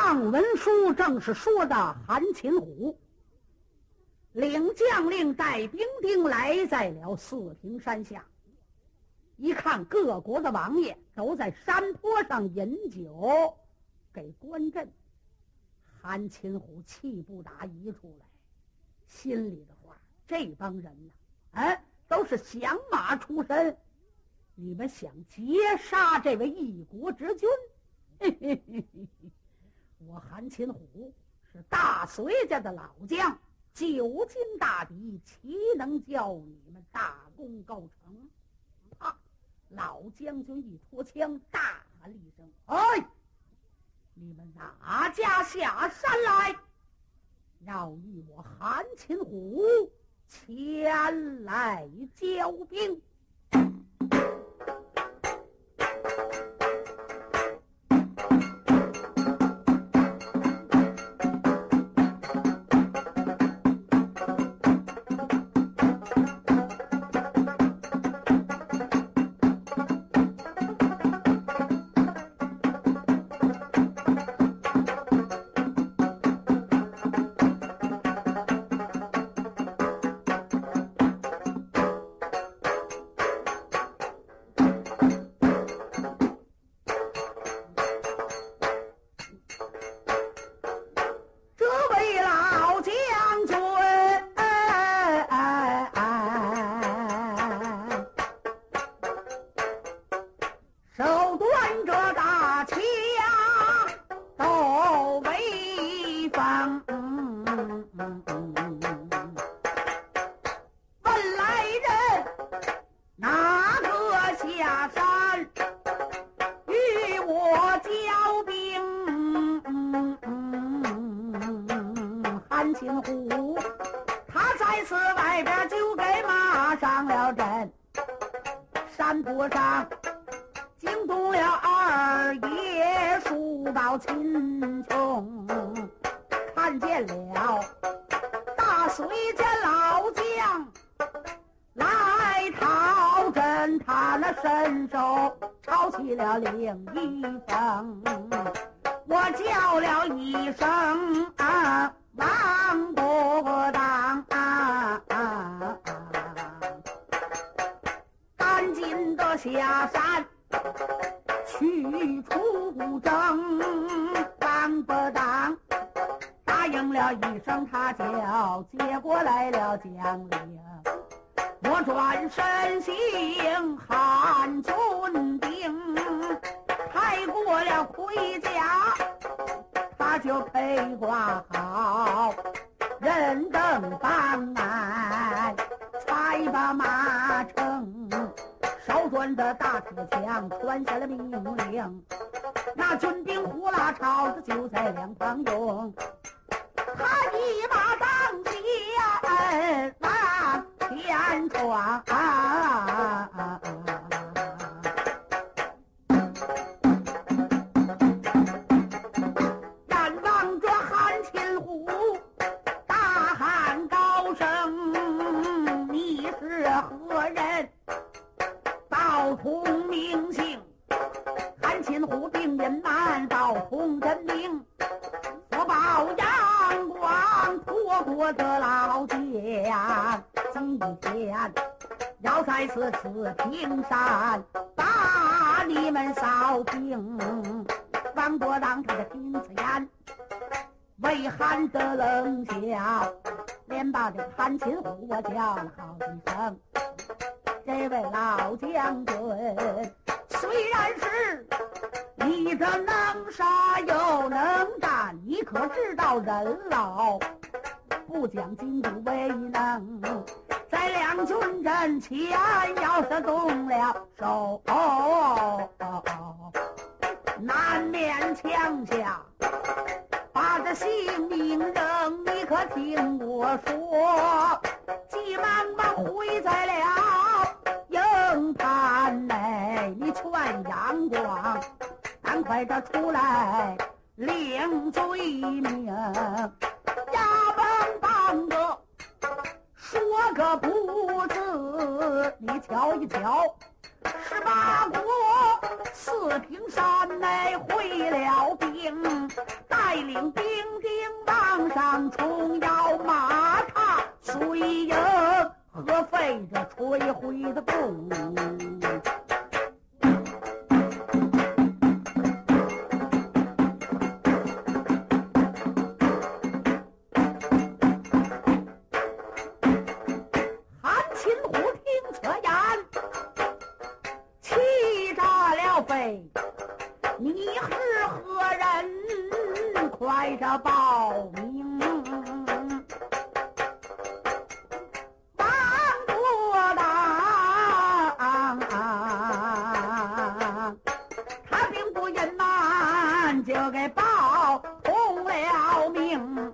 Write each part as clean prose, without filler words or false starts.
上文书正是说的韩擒虎领将令带兵丁来在了四平山下，一看各国的王爷都在山坡上饮酒给观阵，韩擒虎气不打一处来，心里的话，这帮人呢，都是响马出身，你们想劫杀这位一国之君，嘿嘿嘿嘿，我韩擒虎是大隋家的老将，久经大敌，岂能叫你们大功告成？啪！老将军一拖枪，大喊了一声：“哎！你们哪家下山来？要与我韩擒虎前来交兵。”韩擒虎他在此外边就给马上了阵，山坡上惊动了二爷树宝秦琼，看见了大隋家老将来讨阵，他那伸手抄起了另一封，我叫了一声啊，王不当赶紧的下山去出征，王不当答应了一声，他就接过来了将领。我转身行汉军兵，开过了盔甲，他就配挂好人等帮来，才把马乘，手转着大铁枪，传下了命令。那军兵呼啦朝子就在两旁用，他一马当先往前闯眼望着韩擒虎大喊高声，你是何人？报通名姓。韩擒虎并引满报通真名，我报阳光托国的老将，今天要在此平山把你们扫平。王伯当他的听此言，为韩的冷笑，连把这韩擒虎我叫了好几声。这位老将军虽然是你这能杀又能战，你可知道人老不讲筋骨为能，在两军阵前要是动了手，难免枪下把这性命扔。你可听我说，急忙忙回在了营盘内，你劝阳光赶快的出来领罪名。衙门帮着说个不字，你瞧一瞧，18国四平山内会了兵，带领兵丁往上冲，要马踏碎营和费着吹灰的功。你是何人？快着报名！王国党，他并不隐瞒，就给报通了名。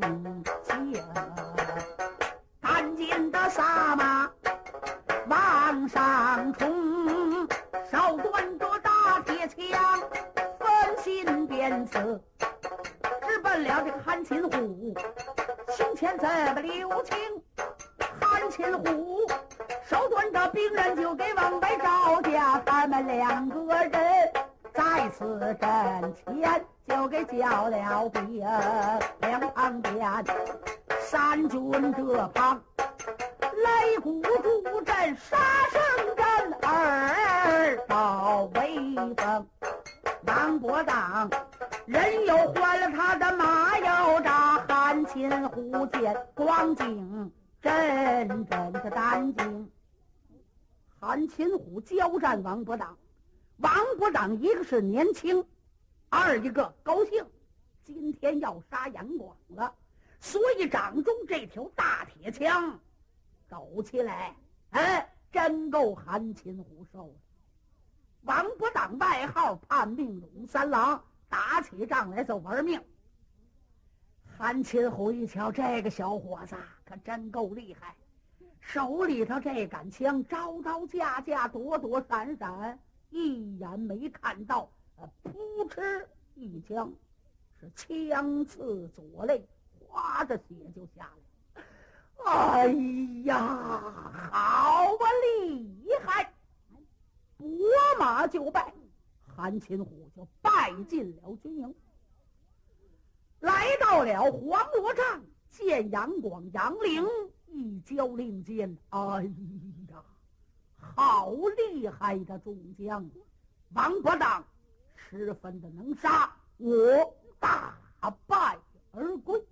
赶紧的撒马往上冲，手端着大铁枪，分心鞭刺，直奔了这个韩擒虎。胸前怎么留情？韩擒虎手端着兵刃就给往外招架，他们两个人在此阵前就给叫了兵。两旁边三军这旁擂鼓助阵，杀声震耳到威风。王伯当人又换了他的马又扎，韩擒虎见光景阵阵的胆惊。韩擒虎交战王伯当，王伯当一个是年轻，二一个高兴，今天要杀杨广了，所以掌中这条大铁枪抖起来，真够韩擒虎受的。王伯当外号叛命龙三郎，打起仗来就玩命。韩擒虎一瞧，这个小伙子可真够厉害，手里头这杆枪招招架架，躲躲闪闪，一眼没看到，扑哧一枪，是枪刺左肋，哗的血就下来。哎呀，好啊，厉害！拨马就拜，韩擒虎就拜进了军营，来到了黄罗帐，见杨广、杨凌一交令箭，哎呀，好厉害的众将！王伯当十分的能杀，我大败而归。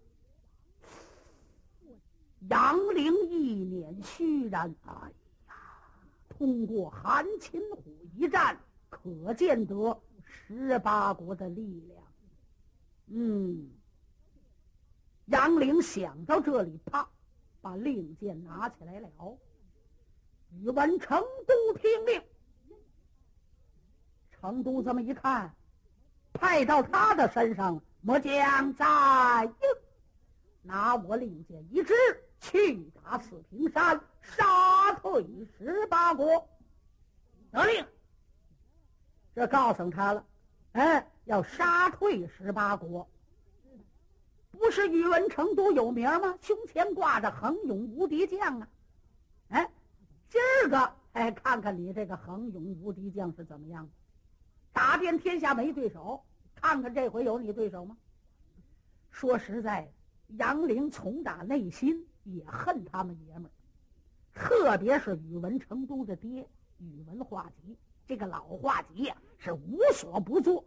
杨凌一脸虚然，哎呀，通过韩擒虎一战，可见得18国的力量。杨凌想到这里，啪，把令箭拿起来了。宇文成都听令，成都这么一看，派到他的身上，末将在应，拿我令箭一支，去打四平山，杀退18国。得令，这告诉他了，要杀退18国。不是宇文成都有名吗？胸前挂着恒勇无敌将啊！今儿个看看你这个恒勇无敌将是怎么样的。打遍天下没对手，看看这回有你对手吗？说实在的，杨凌从打内心也恨他们爷们儿，特别是宇文成都的爹宇文化及，这个老化及呀，是无所不作。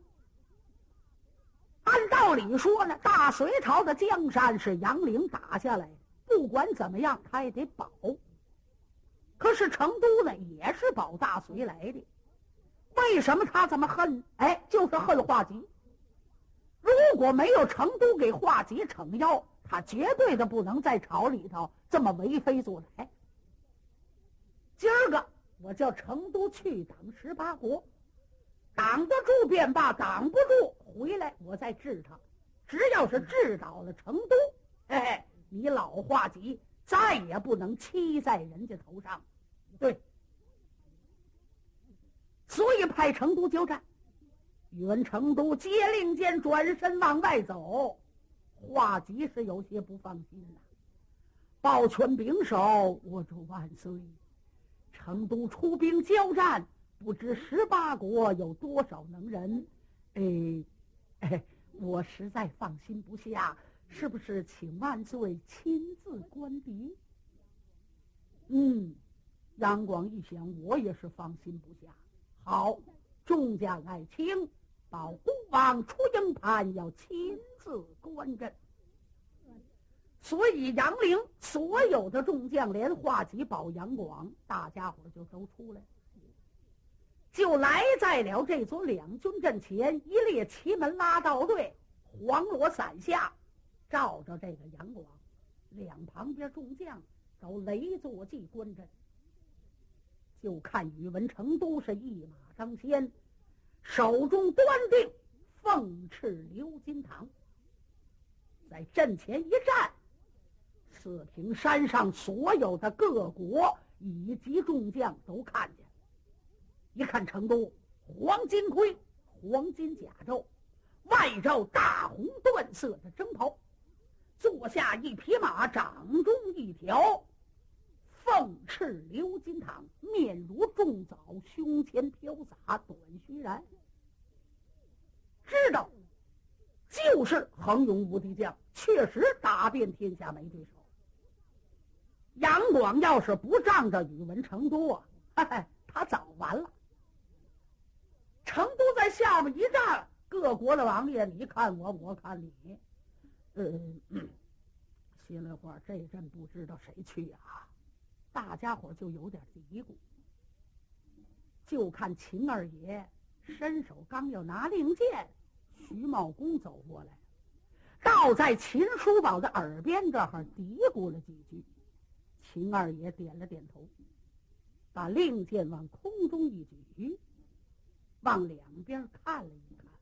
按道理说呢，大隋朝的江山是杨凌打下来的，不管怎么样他也得保。可是成都呢也是保大隋来的，为什么他这么恨？就是恨化及。如果没有成都给化及撑腰，他绝对的不能在朝里头这么为非作歹。今儿个我叫成都去挡18国，挡得住便罢，挡不住回来我再治他。只要是治倒了成都，你老化及再也不能欺在人家头上。对，所以派成都交战。宇文成都接令箭，转身往外走。化及是有些不放心了，抱拳拱手，我祝万岁！成都出兵交战，不知18国有多少能人， 我实在放心不下，是不是请万岁亲自观敌？杨广一想，我也是放心不下。好，众将爱卿，报孤王出营盘，要亲自观阵。所以杨凌所有的众将连华及保杨广，大家伙就都出来了，就来在了这座两军阵前，一列旗门拉道队，黄罗伞下照着这个杨广，两旁边众将都雷坐骑观阵。就看宇文成都是一马当先，手中端定凤翅鎏金堂，在阵前一站，四平山上所有的各国以及众将都看见了。一看成都，黄金盔，黄金甲胄，外罩大红缎色的征袍，坐下一匹马，掌中一条凤翅鎏金堂，面如重枣，胸前飘洒短须髯，知道就是横勇无敌将，确实打遍天下没对手。杨广要是不仗着宇文成都啊，他早完了。成都在下面一站，各国的王爷你看我，我看你。心里话，这阵不知道谁去啊，大家伙就有点嘀咕。就看秦二爷伸手刚要拿令箭，徐茂公走过来，倒在秦叔宝的耳边这儿嘀咕了几句。秦二爷点了点头，把令箭往空中一举，往两边看了一看。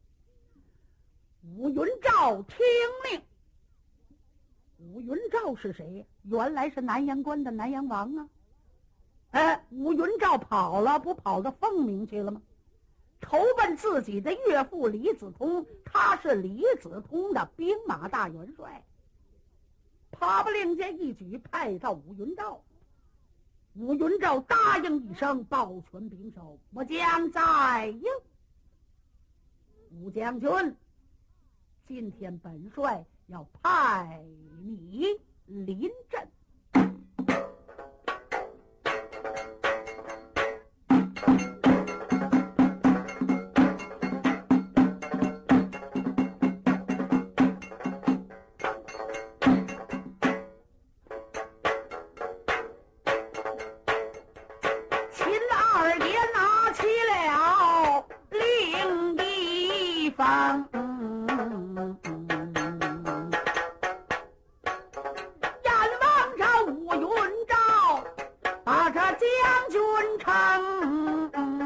武云照听令。武云照是谁？原来是南阳关的南阳王啊！武云照跑了，不跑到凤鸣去了吗？投奔自己的岳父李子通，他是李子通的兵马大元帅。啪把令箭一举，派到武云照。武云照答应一声，抱拳拱手：“末将在应。”武将军，今天本帅要派你临阵。秦二爷拿起了另一方，将军称，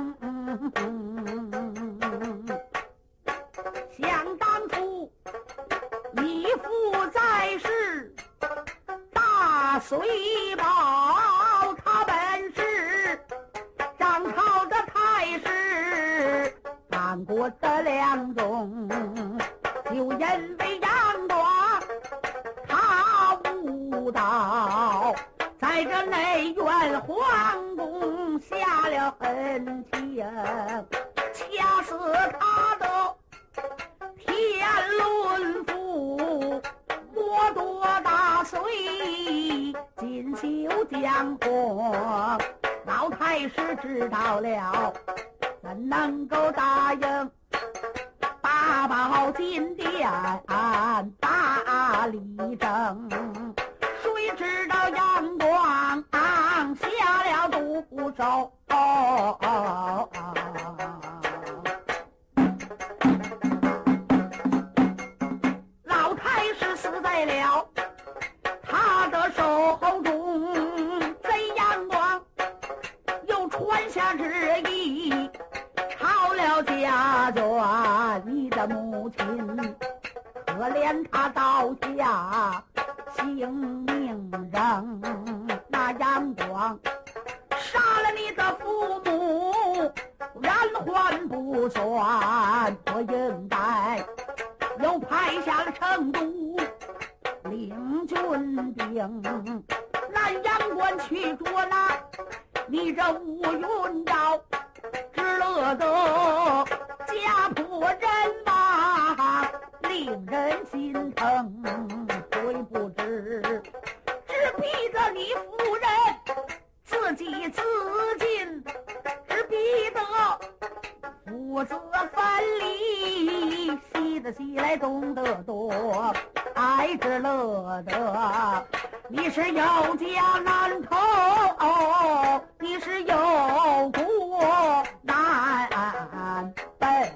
想当初你父在世，大隋宝他本是张朝的太师，当过的两种，就因为杨广他无道，在这内院皇宫下了狠情，掐死他的天伦府，剥夺大隋锦绣江红。老太师知道了，怎能够答应八宝金殿大理政？谁知道杨广下了毒手，老太师死在了他的手中，贼杨广又传下旨意，抄了家眷，你的母亲可怜他倒下性命扔，那杨广杀了你的父母，然还不算，我应该又派下了成都领军兵，南阳关去捉拿你这武云照，只乐得家破人亡， 令人心疼。谁不知，只逼得你夫人自己自尽，只逼得父子分离，喜的喜来动得多，爱之乐得。你是有家难投，你是有国难奔。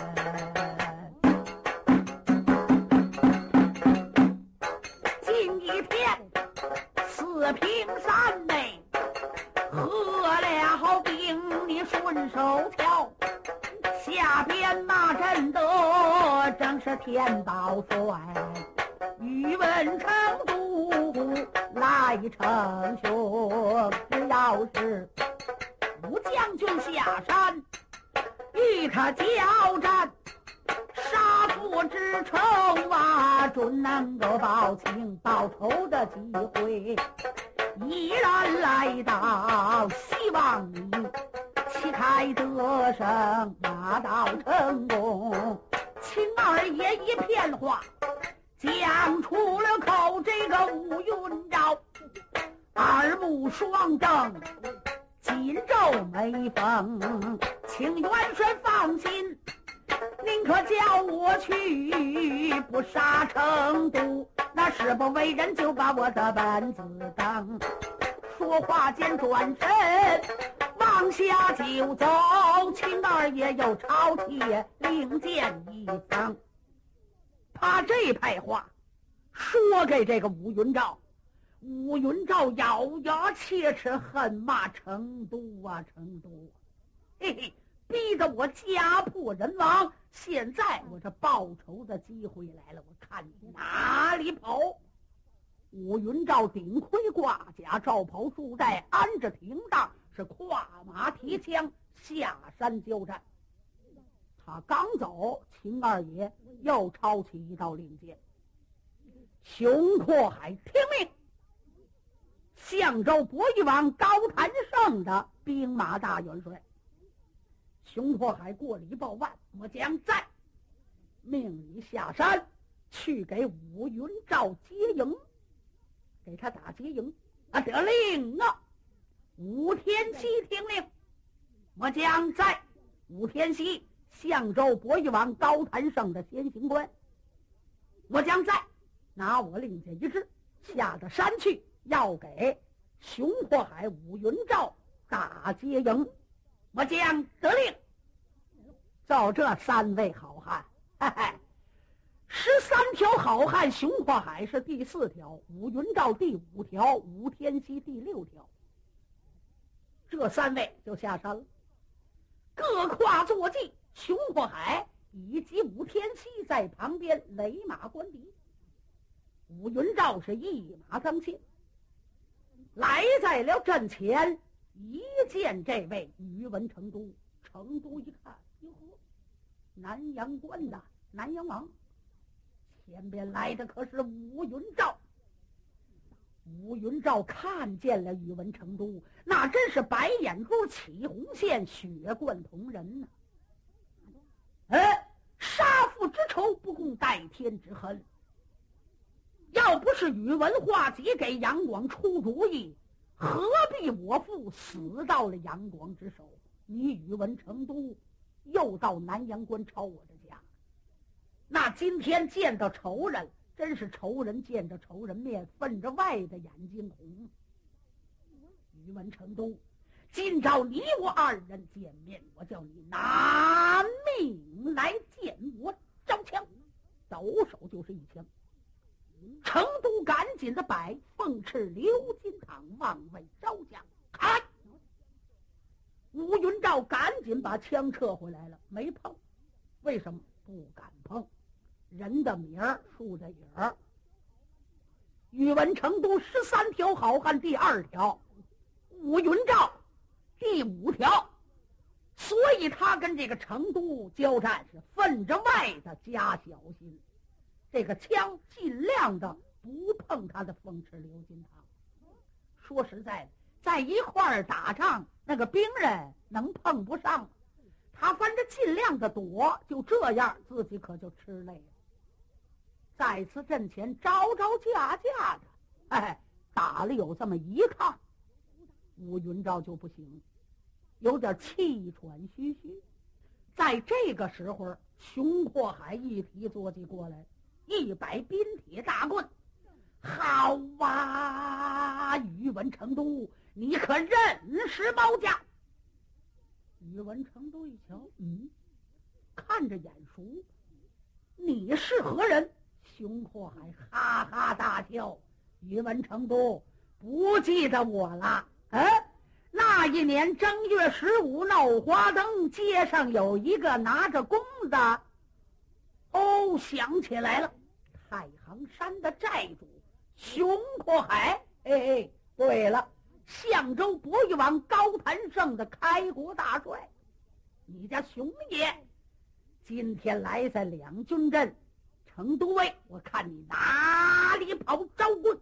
今一天四平山内喝了兵，你顺手瞧，下边那阵的正是天宝帅，宇文成都来称雄。只要是武将军下山与他交战，杀父之仇啊，准能够报情报仇的机会依然来到，希望你旗开得胜，马到成功。秦二爷一片话讲出了口，这个吴云昭二目双睁，紧皱眉峰。请元帅放心，宁可叫我去，不杀成都，那誓不为人就把我的本子当。说话间转身往下就走，秦二爷又朝前另见一方，把这派话说给这个吴云昭。吴云昭咬牙切齿，恨骂成都啊成都啊，嘿嘿，逼得我家破人亡，现在我这报仇的机会来了，我看你哪里跑。吴云昭顶盔挂甲，罩袍束带，安着停当，是跨马提枪下山交战。他刚走，秦二爷又抄起一道令箭：熊阔海听命，相州博玉王高谭胜的兵马大元帅。熊阔海过礼报万，我将在，命你下山去给吴云昭接营，给他打接营啊！得令啊！武天锡听令，我将在。武天锡，相州博玉王高谭胜的先行官，我将在，拿我令箭一支，下到山去，要给熊阔海、武云昭打接营，我将得令。就这三位好汉，嘿嘿，13条好汉，熊阔海是第4条，武云昭第5条，武天锡第6条。这3位就下山了，各跨坐骑，熊阔海以及武天锡在旁边垒马观敌。武云昭是一马当先，来在了阵前，一见这位宇文成都，成都一看，哟呵，南阳关的南阳王，前边来的可是吴云昭。吴云昭看见了宇文成都，那真是白眼珠起红线，血贯瞳人呐！杀父之仇不共戴天之恨。要不是宇文化及给杨广出主意，何必我父死到了杨广之手？你宇文成都又到南阳关抄我的家，那今天见到仇人，真是仇人见着仇人面，分着外的眼睛红。宇文成都，今朝你我2人见面，我叫你拿命来见我招枪，抖手就是一枪。成都赶紧的摆凤翅鎏金堂，望位招架，看。吴云昭赶紧把枪撤回来了，没碰。为什么不敢碰？人的名儿，树的影儿。宇文成都13条好汉第2条，吴云昭第5条，所以他跟这个成都交战是分着外的加小心，这个枪尽量的不碰他的凤翅鎏金堂。说实在的，在一块儿打仗，那个兵人能碰不上，他反正尽量的躲，就这样自己可就吃累了。 在此阵前招招架架的，打了有这么一炕，吴云昭就不行，有点气喘吁吁。在这个时候，熊阔海一提坐骑过来，一摆冰铁大棍，好啊！宇文成都，你可认识毛家？宇文成都一瞧，看着眼熟，你是何人？熊阔海哈哈大笑，宇文成都不记得我了？那一年正月15闹花灯，街上有一个拿着弓的。想起来了，太行山的寨主熊阔海。对了，相州博玉王高谭胜的开国大帅，你家熊爷今天来在两军镇。成都尉，我看你哪里跑招棍？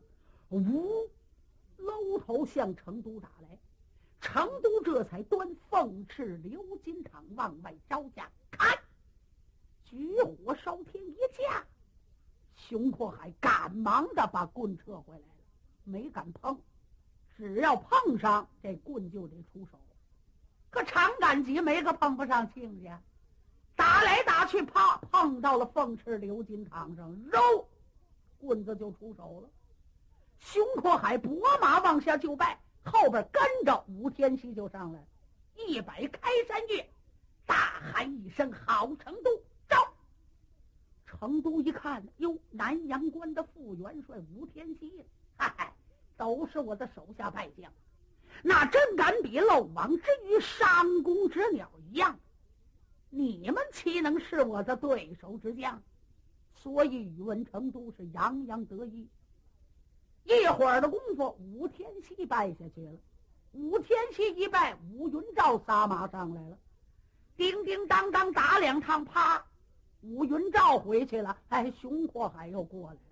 搂头向成都打来。成都这才端凤翅鎏金镗往外招架，看，举火烧天一架。熊阔海赶忙的把棍撤回来了，没敢碰，只要碰上这棍就得出手。可长杆戟没个碰不上亲家，打来打去，啪，碰到了凤翅鎏金镗上，肉棍子就出手了。熊阔海拨马往下就拜，后边跟着吴天锡就上来，一摆开山月，大喊一声：“好成都！”招！成都一看，哟，南阳关的副元帅吴天锡，都是我的手下败将，那真敢比漏网之鱼、上弓之鸟一样，你们岂能是我的对手之将？所以宇文成都是洋洋得意。一会儿的功夫，吴天锡败下去了。吴天锡一败，吴云照撒马上来了，叮叮当当打两趟，啪，吴云照回去了。熊阔海又过来了。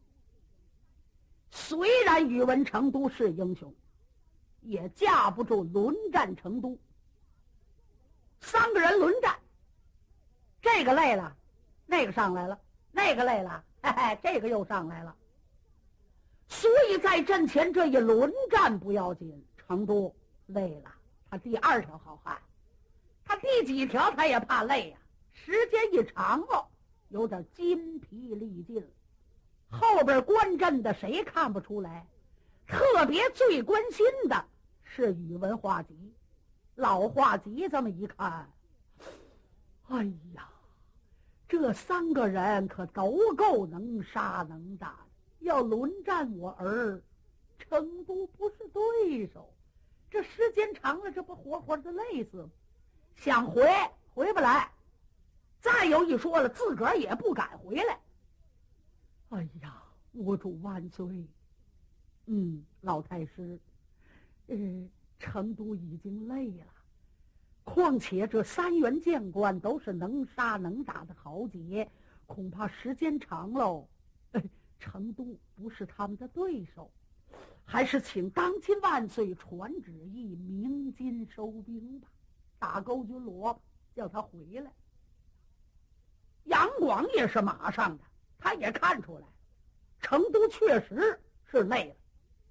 虽然宇文成都是英雄，也架不住轮战成都。三个人轮战，这个累了，那个上来了，那个累了，这个又上来了。所以在阵前这一轮战不要紧，成都累了，他第二条好汉，他第几条他也怕累呀。时间一长了，有点筋疲力尽。后边观阵的谁看不出来？特别最关心的是宇文化及。老化及这么一看，哎呀，这三个人可都够能杀能打，要轮战我儿，成都不是对手。这时间长了，这不活活的累死吗？想回不来，再有一说了，自个儿也不敢回来。哎呀，我主万岁！老太师，成都已经累了，况且这三员将官都是能杀能打的豪杰，恐怕时间长喽，成都不是他们的对手，还是请当今万岁传旨意，鸣金收兵吧，打勾军罗，叫他回来。杨广也是马上的，他也看出来，成都确实是累了。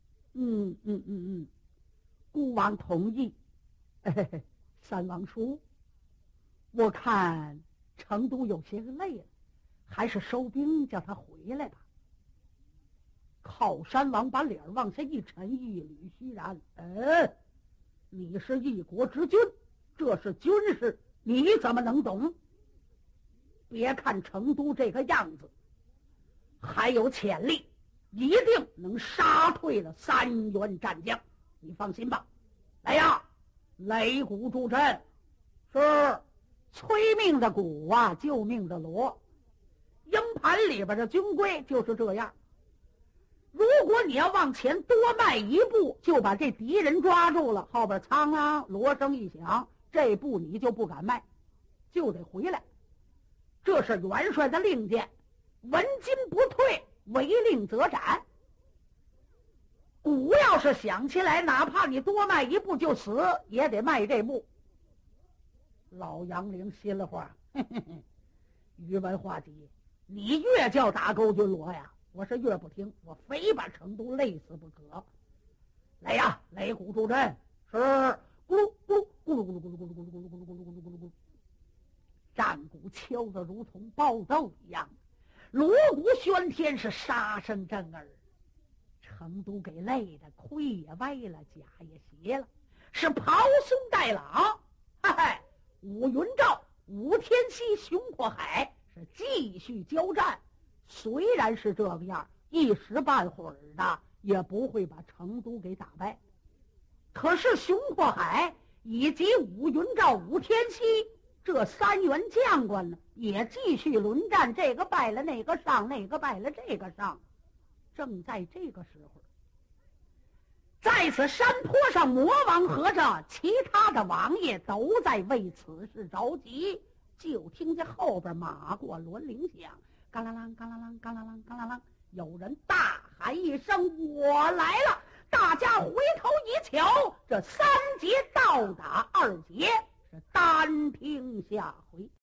孤王同意。三王叔，我看成都有些累了，还是收兵叫他回来吧。靠山王把脸往下一沉，一缕虚然。你是一国之君，这是军事，你怎么能懂？别看成都这个样子，还有潜力，一定能杀退了三员战将，你放心吧。来呀，擂鼓助阵。是，催命的鼓啊，救命的锣。鹰盘里边的军规就是这样，如果你要往前多迈一步，就把这敌人抓住了，后边苍啷锣声一响，这步你就不敢迈，就得回来。这是元帅的令箭，闻金不退，违令则斩。鼓要是响起来，哪怕你多迈一步就死，也得迈这步。老杨凌心了话，宇文化及， 你越叫打勾军罗呀，我是越不听，我非把成都累死不可。来呀，擂鼓助阵，是咕噜咕噜咕噜咕噜咕噜咕噜咕噜咕噜咕噜咕噜咕噜咕噜咕噜，战鼓敲得如同爆豆一样，锣鼓喧天，是杀声震耳。成都给累的盔也歪了，甲也斜了，是袍胸带朗。嘿嘿，武云照、武天锡、熊阔海是继续交战，虽然是这个样，一时半会儿的也不会把成都给打败。可是熊阔海以及武云照、武天锡这三员将官呢，也继续轮战，这个败了那个上，那个败了这个上。正在这个时候，在此山坡上，魔王和着其他的王爷都在为此事着急。就听见后边马过轮铃响，嘎啦啷嘎啦啷嘎啦啷嘎啦啷，有人大喊一声：“我来了！”大家回头一瞧，这三节到打二节，是单听下回。